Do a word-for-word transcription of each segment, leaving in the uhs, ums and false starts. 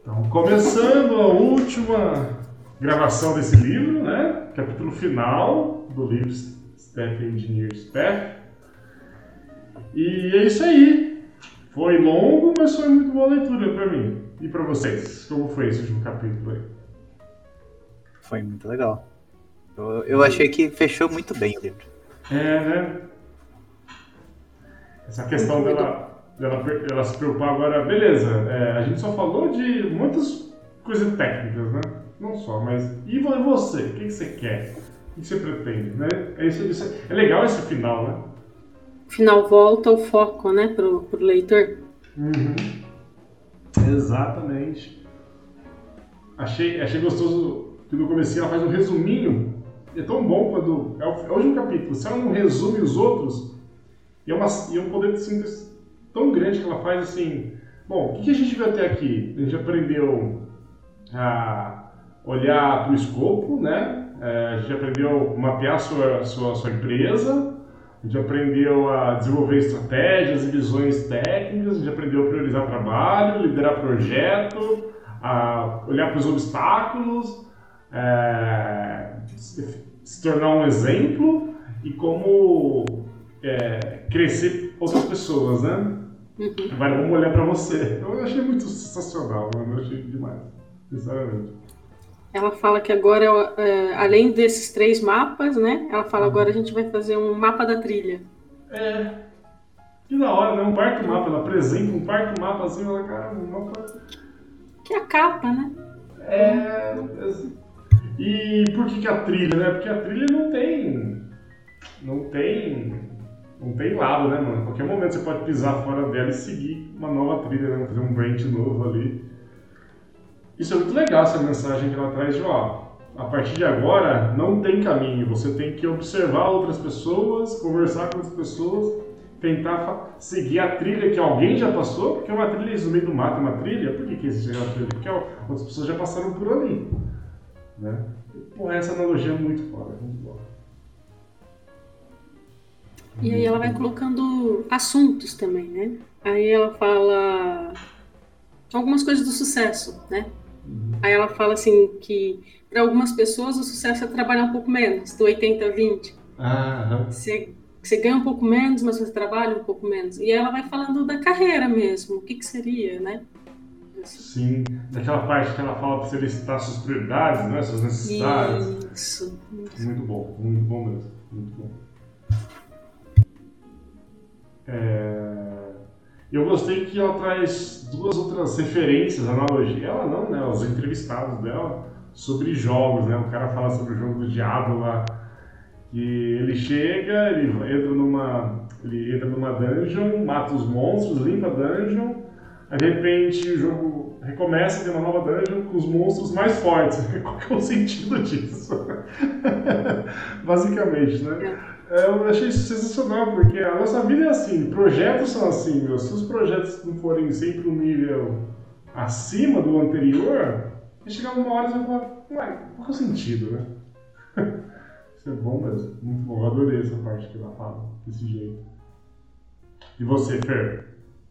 Então, começando a última gravação desse livro, né? Capítulo final do livro Staff Engineer's Path. E é isso aí. Foi longo, mas foi muito boa leitura para mim. E para vocês? Como foi esse último capítulo aí? Foi muito legal. Eu, eu achei que fechou muito bem o livro. É, né? Essa questão dela, dela, dela se preocupar agora, beleza, é, a gente só falou de muitas coisas técnicas, né? Não só, mas e você? O que você quer? O que você pretende? Né? É, isso, isso, é legal esse final, né? Final volta o foco, né, pro, pro leitor. Uhum. Exatamente. Achei, achei gostoso que no comecinho ela faz um resuminho. É tão bom quando... É o, é o último capítulo. Se ela não resume os outros... E é, uma, e é um poder de síntese tão grande que ela faz assim... Bom, o que a gente viu até aqui? A gente aprendeu a olhar para o escopo, né? É, a gente aprendeu a mapear a sua, sua, sua empresa, a gente aprendeu a desenvolver estratégias e visões técnicas, a gente aprendeu a priorizar trabalho, liderar projeto, a olhar para os obstáculos, é, se tornar um exemplo e como... É, crescer outras pessoas, né? Uhum. Vai, vamos olhar pra você. Eu achei muito sensacional, mano. Eu achei demais, sinceramente. Ela fala que agora, é, além desses três mapas, né? Ela fala, agora a gente vai fazer um mapa da trilha. É. Que da hora, né? Um quarto mapa. Ela apresenta um quarto mapa assim, ela, cara, um mapa... Que é a capa, né? É... E por que que a trilha, né? Porque a trilha não tem... Não tem... Não tem lado, né, mano? A qualquer momento você pode pisar fora dela e seguir uma nova trilha, né? Fazer um branch novo ali. Isso é muito legal, essa mensagem que ela traz de, ó, a partir de agora não tem caminho, você tem que observar outras pessoas, conversar com outras pessoas, tentar seguir a trilha que alguém já passou, porque uma trilha no meio do mato, uma trilha, por que que existe uma trilha? Porque outras pessoas já passaram por ali, né? Pô, essa analogia é muito foda, muito boa. E aí ela vai colocando assuntos também, né? Aí ela fala algumas coisas do sucesso, né? Aí ela fala assim que para algumas pessoas o sucesso é trabalhar um pouco menos, do oitenta a vinte. Ah, você, você ganha um pouco menos, mas você trabalha um pouco menos. E ela vai falando da carreira mesmo, o que que seria, né? Sim, daquela parte que ela fala para você listar suas prioridades, né? Suas necessidades. Isso, isso. Muito bom, muito bom mesmo, muito bom. É... Eu gostei que ela traz duas outras referências, analogia, ela não, né, os entrevistados dela, sobre jogos, né, o cara fala sobre o jogo do Diablo lá, que ele chega, ele entra numa, ele entra numa dungeon, mata os monstros, limpa a dungeon, aí de repente o jogo recomeça, tem uma nova dungeon com os monstros mais fortes. Qual que é o sentido disso? Basicamente, né? Eu achei isso sensacional, porque a nossa vida é assim, projetos são assim, meu. Se os projetos não forem sempre um nível acima do anterior, vai chegar uma hora e você vai falar, uai, qual é o sentido, né? Isso é bom mesmo, muito bom. Eu adorei essa parte que ela fala, desse jeito. E você, Fer?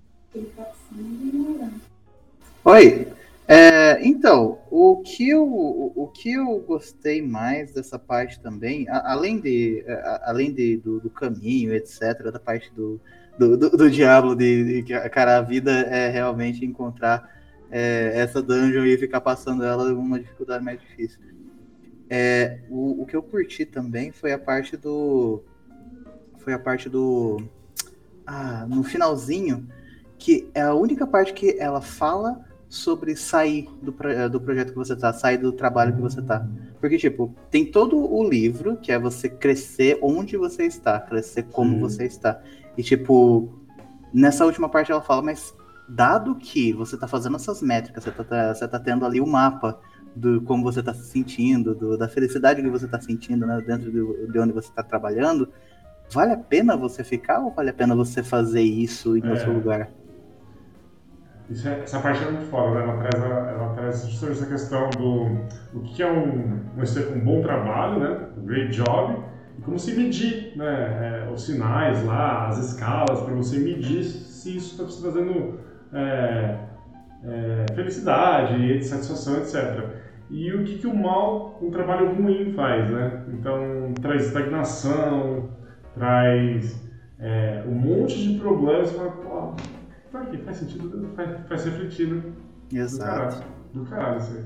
Oi! É, então, o que, eu, o, o que eu gostei mais dessa parte também, a, além, de, a, além de, do, do caminho, etcétera, da parte do, do, do, do Diablo, de, de, cara, a vida é realmente encontrar é, essa dungeon e ficar passando ela uma dificuldade mais difícil. É, o, o que eu curti também foi a parte do... Foi a parte do... Ah, no finalzinho, que é a única parte que ela fala sobre sair do, pro, do projeto que você tá, sair do trabalho que você tá. Porque, tipo, tem todo o livro, que é você crescer onde você está, crescer como Sim. você está. E, tipo, nessa última parte ela fala, mas dado que você tá fazendo essas métricas, você tá, você tá tendo ali o mapa do como você tá se sentindo, do, da felicidade que você tá sentindo, né, dentro de, de onde você tá trabalhando, vale a pena você ficar ou vale a pena você fazer isso em é. outro lugar? Isso é, essa parte é muito foda, né? Ela traz, a, ela traz justamente essa questão do o que é um, um, um bom trabalho, né? Um great job, e como se medir, né? É, os sinais lá, as escalas, para você medir se isso está te trazendo é, é, felicidade, satisfação, etcétera. E o que, que o mal, um trabalho ruim faz, né? Então, traz estagnação, traz é, um monte de problemas. Você fala, pô, tá aqui, faz sentido, faz, faz refletir, né? Exato. Do caralho, do caralho isso aí.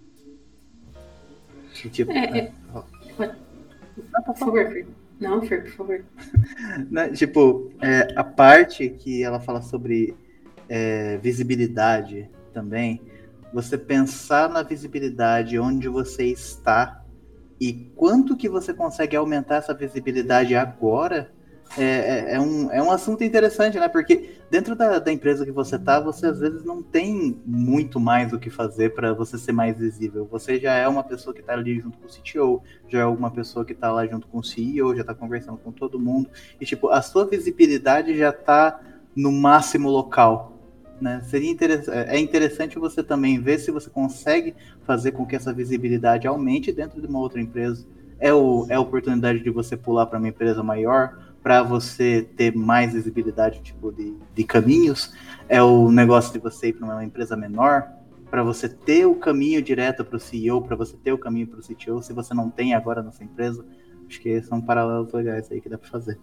Tipo, É, é... Por favor, não, Fer, por favor. Né, tipo, é, a parte que ela fala sobre é, visibilidade também, você pensar na visibilidade onde você está e quanto que você consegue aumentar essa visibilidade agora é, é, é, um, é um assunto interessante, né? Porque dentro da, da empresa que você está, você às vezes não tem muito mais o que fazer para você ser mais visível. Você já é uma pessoa que está ali junto com o C T O, já é uma pessoa que está lá junto com o C E O, já está conversando com todo mundo. E, tipo, a sua visibilidade já está no máximo local. Né? Seria interessante, é interessante você também ver se você consegue fazer com que essa visibilidade aumente dentro de uma outra empresa. É, o, é a oportunidade de você pular para uma empresa maior, para você ter mais visibilidade tipo, de, de caminhos. É o negócio de você ir para uma empresa menor, para você ter o caminho direto para o C E O, para você ter o caminho para o C T O, se você não tem agora nessa empresa. Acho que são paralelos legais aí que dá para fazer.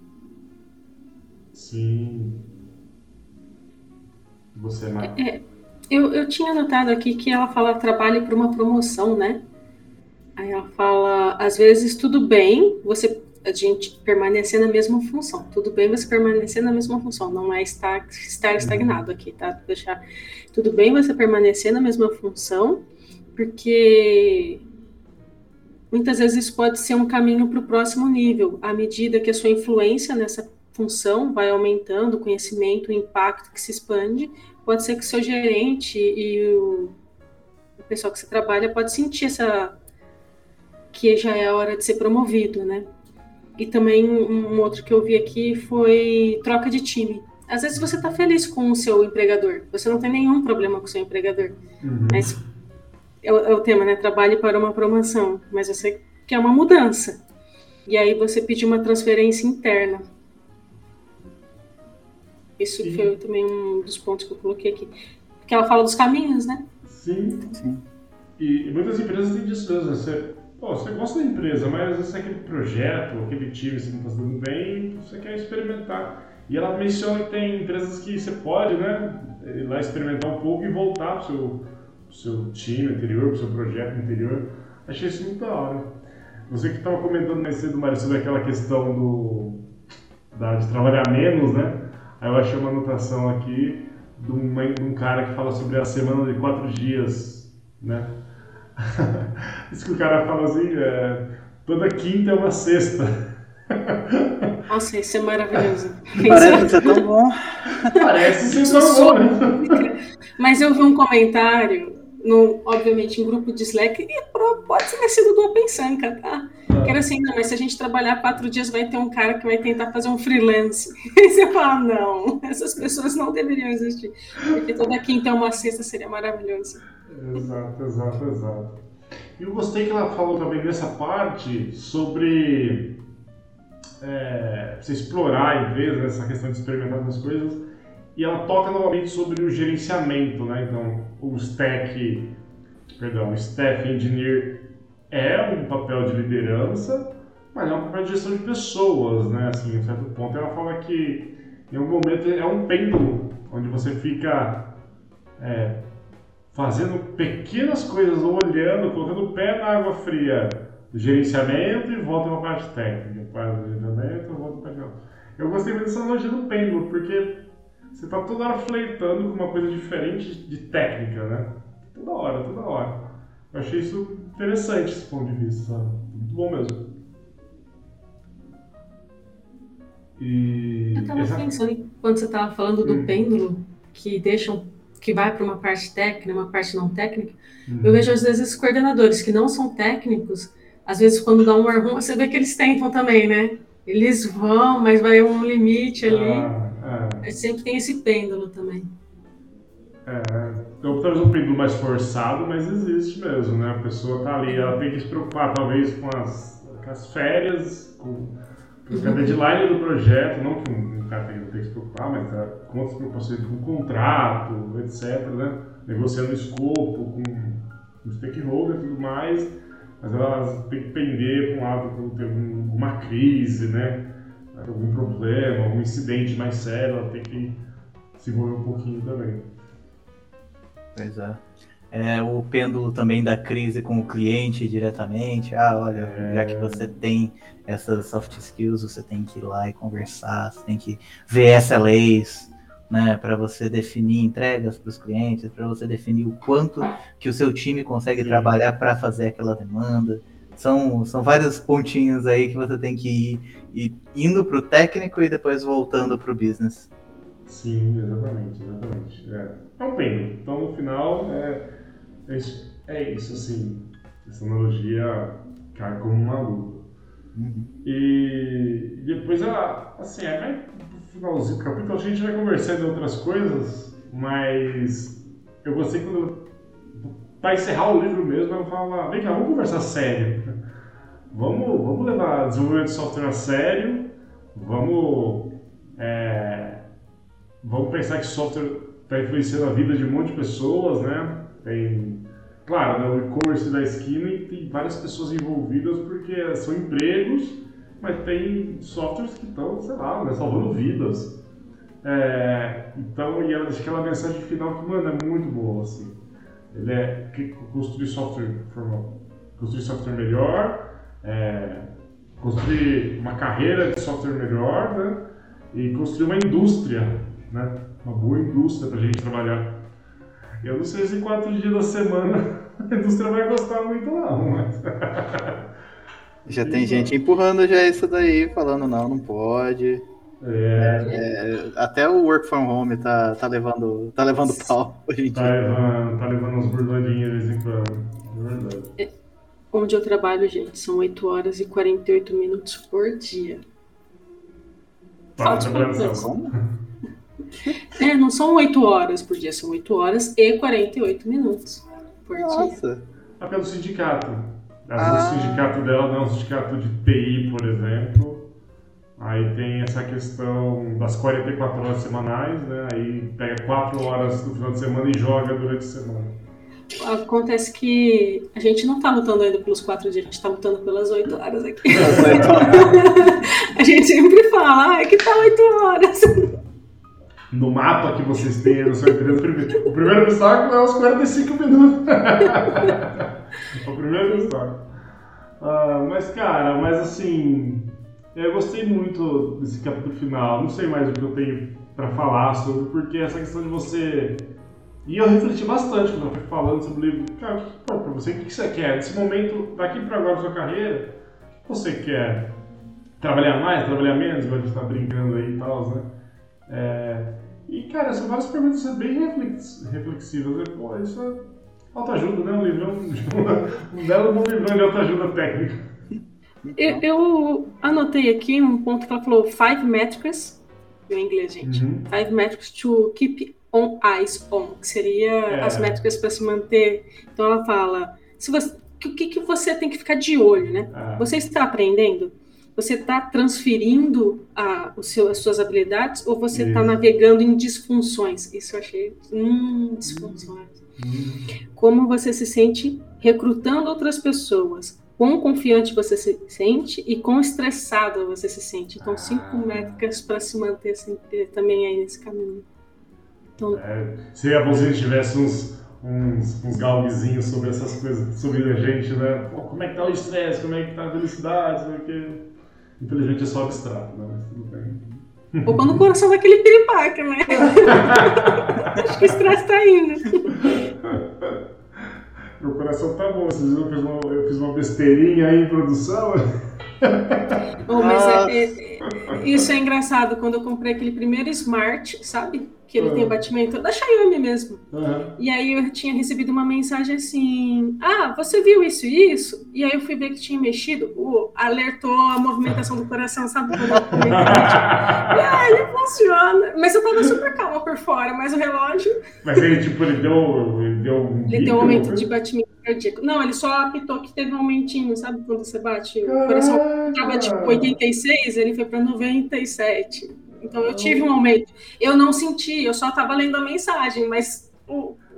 Sim. Você, Marcos? É, eu, eu tinha notado aqui que ela fala trabalhe para uma promoção, né? Aí ela fala, às vezes tudo bem você a gente permanecer na mesma função. Tudo bem você permanecer na mesma função, não é estar, estar estagnado aqui, tá? Deixar, tudo bem você permanecer na mesma função, porque muitas vezes isso pode ser um caminho para o próximo nível, à medida que a sua influência nessa função vai aumentando, o conhecimento, o impacto que se expande, pode ser que o seu gerente e o, o pessoal que você trabalha pode sentir essa que já é a hora de ser promovido, né? E também um outro que eu vi aqui foi troca de time. Às vezes você está feliz com o seu empregador, você não tem nenhum problema com o seu empregador, Uhum. mas é o, é o tema, né? Trabalhe para uma promoção, mas você quer uma mudança. E aí você pediu uma transferência interna. Isso Sim. foi também um dos pontos que eu coloquei aqui. Porque ela fala dos caminhos, né? Sim. Sim. E, e muitas empresas têm disso mesmo. Você, pô, você gosta da empresa, mas às vezes aquele projeto, aquele time que não está dando bem, você quer experimentar. E ela menciona que tem empresas que você pode, né, ir lá experimentar um pouco e voltar para o seu, seu time anterior, para o seu projeto anterior. Achei isso muito da hora. Você que estava comentando mais cedo, Mário, sobre aquela questão do, da, de trabalhar menos, né? Aí eu achei uma anotação aqui de, uma, de um cara que fala sobre a semana de quatro dias, né? Isso que o cara fala assim, é, toda quinta é uma sexta. Nossa, isso é maravilhoso. Parece ser tão bom. Parece ser tão bom, né? Mas eu vi um comentário, no, obviamente em grupo de Slack, e pode ter sido do OpenSanka, tá? Que era assim, não, mas se a gente trabalhar quatro dias, vai ter um cara que vai tentar fazer um freelance. E você fala, não, essas pessoas não deveriam existir. Porque toda quinta é uma sexta, seria maravilhoso. Exato, exato, exato. E eu gostei que ela falou também nessa parte sobre é, você explorar a empresa, essa questão de experimentar as coisas. E ela toca novamente sobre o gerenciamento, né? Então, o stack, perdão, o staff engineer é um papel de liderança, mas é um papel de gestão de pessoas, né? Assim, em um certo ponto, ela fala que em algum momento é um pêndulo, onde você fica é, fazendo pequenas coisas, olhando, colocando o pé na água fria do gerenciamento e volta para a parte técnica. Faz o gerenciamento e volta para a parte. Eu gostei muito dessa analogia do pêndulo, porque você está toda hora flertando com uma coisa diferente de técnica, né? Toda hora, toda hora. Eu achei isso interessante, esse ponto de vista, sabe? Muito bom mesmo. E Eu estava essa... pensando, quando você estava falando do hum. pêndulo, que deixam, que vai para uma parte técnica, uma parte não técnica, Hum. eu vejo às vezes coordenadores que não são técnicos, às vezes quando dá um ar ruim, você vê que eles tentam também, né? Eles vão, mas vai um limite ali. Ah, é. Sempre tem esse pêndulo também. É, então talvez um pêndulo mais forçado, mas existe mesmo, né? A pessoa tá ali, ela tem que se preocupar talvez com as, com as férias, com, com a deadline do projeto, não que um, um cara tem, tem que se preocupar, mas tá, com outras preocupações com o contrato, etcétera, né? negociando escopo com o stakeholder e tudo mais, mas elas têm que pender para um lado quando tem alguma crise, né? Algum problema, algum incidente mais sério, ela tem que se envolver um pouquinho também. Pois é. É, o pêndulo também da crise com o cliente diretamente. Ah, olha, é... já que você tem essas soft skills, você tem que ir lá e conversar, você tem que ver S L As, né, para você definir entregas para os clientes, para você definir o quanto que o seu time consegue Sim. trabalhar para fazer aquela demanda. São, são vários pontinhos aí que você tem que ir, ir indo para o técnico e depois voltando para o business. Sim, exatamente, exatamente. É, é um pêndulo. Então, no final, é, é, isso, é isso, assim, essa analogia cai como uma luva. Uhum. E depois, assim, é mais no finalzinho do capítulo, a gente vai conversando em outras coisas, mas eu gostei quando, para encerrar o livro mesmo, eu falo, vem cá, vamos conversar sério. Vamos, vamos levar desenvolvimento de software a sério, vamos... É, Vamos pensar que software está influenciando a vida de um monte de pessoas, né? Tem, claro, né, o e-commerce da esquina e tem várias pessoas envolvidas porque são empregos, mas tem softwares que estão, sei lá, né, salvando vidas. É, então, e ela deixa aquela mensagem final que, mano, é muito boa, assim. Ele é que construir software, construir software melhor, é, construir uma carreira de software melhor, né? E construir uma indústria. Né? Uma boa indústria pra gente trabalhar. Eu não sei se quatro dias da semana a indústria vai gostar muito não, mas... Já tem gente empurrando já isso daí, falando não, não pode. É. É, até o work from home tá, tá levando, tá levando pau hoje em tá dia. Levando, tá levando uns burladinhos de vez em quando. É verdade. É, onde eu trabalho, gente, são oito horas e quarenta e oito minutos por dia. Falta de É, não são oito horas por dia, são oito horas e quarenta e oito minutos por Nossa. dia. É pelo sindicato. Às Ah. vezes o sindicato dela não é um sindicato de T I, por exemplo. Aí tem essa questão das quarenta e quatro horas semanais, né? Aí pega quatro horas no final de semana e joga durante a semana. Acontece que a gente não tá lutando ainda pelos quatro dias, a gente tá lutando pelas oito horas aqui. A gente sempre fala, ah, é que tá oito horas. No mapa que vocês têm na sua empresa, o primeiro obstáculo é os quarenta e cinco minutos. O primeiro obstáculo. Ah, mas, cara, mas assim, eu gostei muito desse capítulo final. Não sei mais o que eu tenho para falar sobre, porque essa questão de você... E eu refleti bastante quando eu fui falando sobre o livro. Cara, o que importa pra você? O que você quer? Nesse momento, daqui para agora, na sua carreira, o que você quer? Trabalhar mais, trabalhar menos, igual a gente tá brincando aí e tal, né? É... E, cara, são várias perguntas bem reflex... reflexivas. Né? Pô, isso é autoajuda, né? Um livrão, um belo bom livrão de autoajuda técnica. Eu, eu anotei aqui um ponto que ela falou, five metrics, em inglês, gente. Uhum. Five metrics to keep on eyes on, que seria é. as métricas para se manter. Então ela fala, se você, o que, que você tem que ficar de olho, né? É. Você está aprendendo? Você está transferindo a, o seu, as suas habilidades ou você está navegando em disfunções? Isso eu achei, hum, disfunções. Hum. Como você se sente recrutando outras pessoas? Quão confiante você se sente e quão estressado você se sente? Então, cinco métricas para se manter sempre, também aí nesse caminho. Então, é, seria bom se a gente tivesse uns, uns, uns galguezinhos sobre essas coisas, sobre a gente, né? Pô, como é que tá o estresse, como é que tá a velocidade, porque... Infelizmente é só abstrato, né? Mas tudo bem. Ou quando o coração dá aquele piripaque, né? Acho que o estresse tá indo. Meu coração tá bom. Vocês viram que eu fiz uma, eu fiz uma besteirinha aí em produção? Oh, mas é, é, isso é engraçado. Quando eu comprei aquele primeiro Smart, sabe? Que ele uhum. tem batimento, da Xiaomi mesmo. Uhum. E aí eu tinha recebido uma mensagem assim, ah, você viu isso e isso? E aí eu fui ver que tinha mexido, uh, alertou a movimentação do coração, sabe? Quando eu comentei, ah, ele funciona. Mas eu tava super calma por fora, mas o relógio... Mas ele, tipo, ele deu, ele deu um... Ele deu um aumento de batimento cardíaco. Não, ele só apitou que teve um aumentinho, sabe? Quando você bate, o coração tava tipo oitenta e seis, ele foi pra noventa e sete. Então eu tive um aumento. Eu não senti, eu só estava lendo a mensagem, mas o,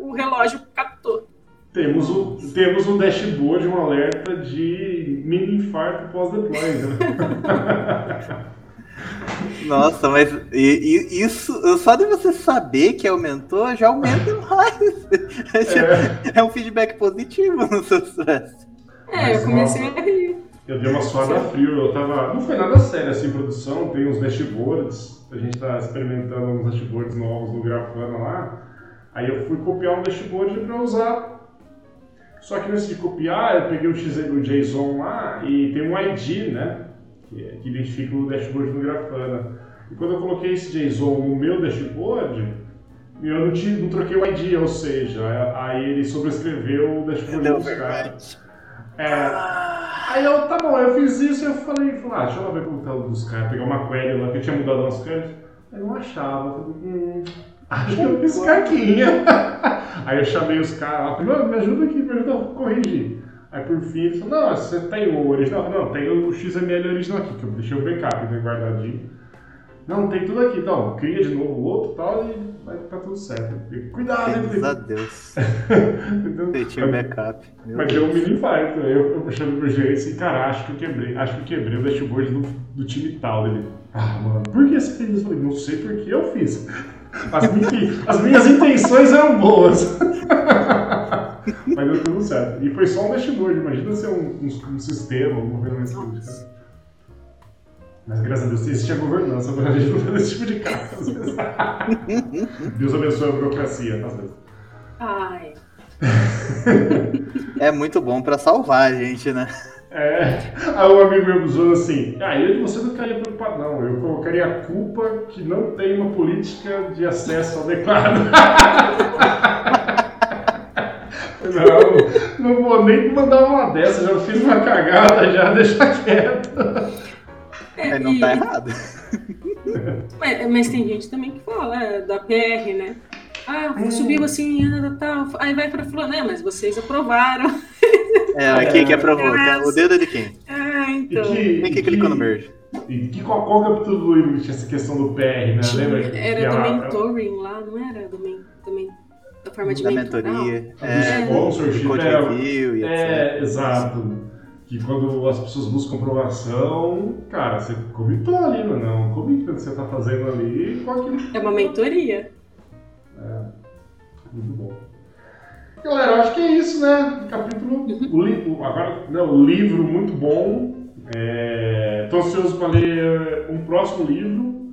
o relógio captou. Temos o, temos um dashboard, um alerta de mini infarto pós-deploy. Né? Nossa, mas e, e isso, só de você saber que aumentou, já aumenta mais. É, é um feedback positivo no sucesso. É, mas, eu comecei nossa, a rir. Eu dei uma suada frio, eu tava. Não foi nada sério assim, produção, tem uns dashboards, a gente tá experimentando uns dashboards novos no Grafana lá. Aí eu fui copiar um dashboard pra usar. Só que nesse de copiar, eu peguei o X M L, o JSON lá e tem um I D, né? Que, que identifica o dashboard no Grafana. E quando eu coloquei esse JSON no meu dashboard, eu não, tinha, não troquei o I D, ou seja, aí ele sobrescreveu o dashboard dos caras. É, aí eu, tá bom, eu fiz isso e eu falei, falei, ah, deixa eu ver como tá o dos caras, pegar uma query lá, que eu tinha mudado umas queries, eu não achava, eu falei, hum, acho que eu fiz caquinha. Aí eu chamei os caras lá, falei, me ajuda aqui, me ajuda a corrigir. Aí por fim ele falou, não, você tem o original? Não, tem o X M L original aqui, que eu deixei o backup né, guardadinho. Não, tem tudo aqui, então, cria de novo o outro e tal, e vai ficar tudo certo. Cuidado, hein? Graças a Deus. Você tinha backup. Mas deu um mini infarto. Eu, eu chamei pro gerente assim, cara, acho que eu quebrei, acho que eu quebrei o dashboard do, do time tal dele. Ah, mano, por que você fez isso? Eu falei, não sei por que eu fiz. As, minhas, as minhas intenções eram boas. Mas deu tudo certo. E foi só um dashboard, imagina ser um, um, um sistema, alguma coisa mais crítica. Mas graças a Deus existe a governança para a gente não fazer esse tipo de caso. Deus abençoe a burocracia, às vezes. Ai. É muito bom para salvar a gente, né? É. Aí um amigo meu usou assim, ah, eu de você não ficaria preocupado, não. Eu colocaria a culpa que não tem uma política de acesso adequado. Não, não vou nem mandar uma dessa, já fiz uma cagada, já deixa quieto. É, não e... tá errado. Mas, mas tem gente também que fala é, da P R, né? Ah, hum. subiu assim, tal. Aí vai pra fulano, né? Mas vocês aprovaram. É, quem que aprovou? O dedo é de quem? Ah, então. Que, quem que clicou no merge? E que, qual, qual capítulo do livro tinha essa questão do P R, né? Lembra? Era que do ela... mentoring lá, não era? Do, men... do men... Da forma de da mentorar. mentoria. É, é. Sponsorship. É, review, e é, exato. Que quando as pessoas buscam aprovação, cara, você comitou ali, não, não. O commitment que você tá fazendo ali com aquilo. É uma mentoria. É, muito bom. Galera, eu acho que é isso, né? Capítulo, o, li, o, agora, né, o livro muito bom. É, tô ansioso para ler um próximo livro.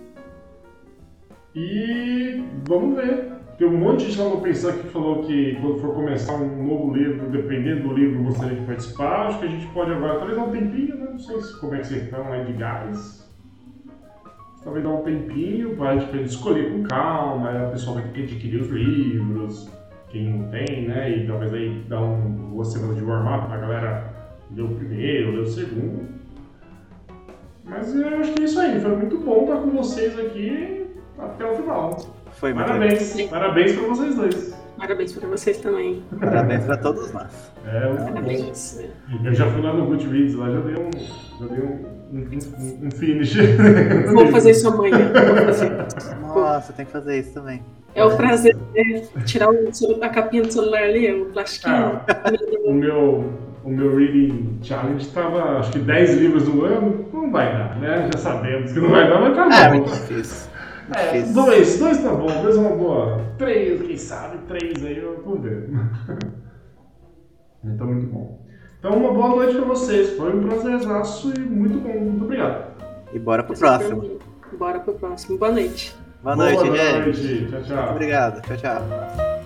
E vamos ver. Tem um monte de gente lá no Pensar que falou que quando for começar um novo livro, dependendo do livro, gostaria de participar. Acho que a gente pode agora, talvez dar um tempinho, né? Não sei se, como é que vocês estão aí de gás. Talvez dar um tempinho para a gente escolher com calma, aí o pessoal vai ter que adquirir os livros, quem não tem, né? E talvez aí dar um, duas semanas de warm-up para a galera ler o primeiro, ler o segundo. Mas eu acho que é isso aí, foi muito bom estar com vocês aqui até o final. Foi muito Parabéns, bem. Parabéns para vocês dois. Parabéns para vocês também. Parabéns para todos nós. É, muito Parabéns. Bom. Eu já fui lá no Goodreads, lá já dei um, já dei um, um, um, um finish. Vou fazer isso amanhã. Vou fazer. Nossa, tem que fazer isso também. É o prazer de tirar o, a capinha do celular ali, o plastiquinho. Ah, o, meu, o meu Reading Challenge estava, acho que dez livros do ano. Não vai dar, né? Já sabemos que não vai dar, mas tá bom. É, muito difícil. É, dois, dois tá bom, dois é uma boa. Três, quem sabe, três aí eu tô vendo. Então, muito bom. Então, uma boa noite pra vocês. Foi um prazerzaço e muito bom. Muito obrigado. E bora pro próximo. Bora pro próximo. Boa noite. Boa noite, boa gente. Boa noite. Tchau, tchau. Muito obrigado. Tchau, tchau.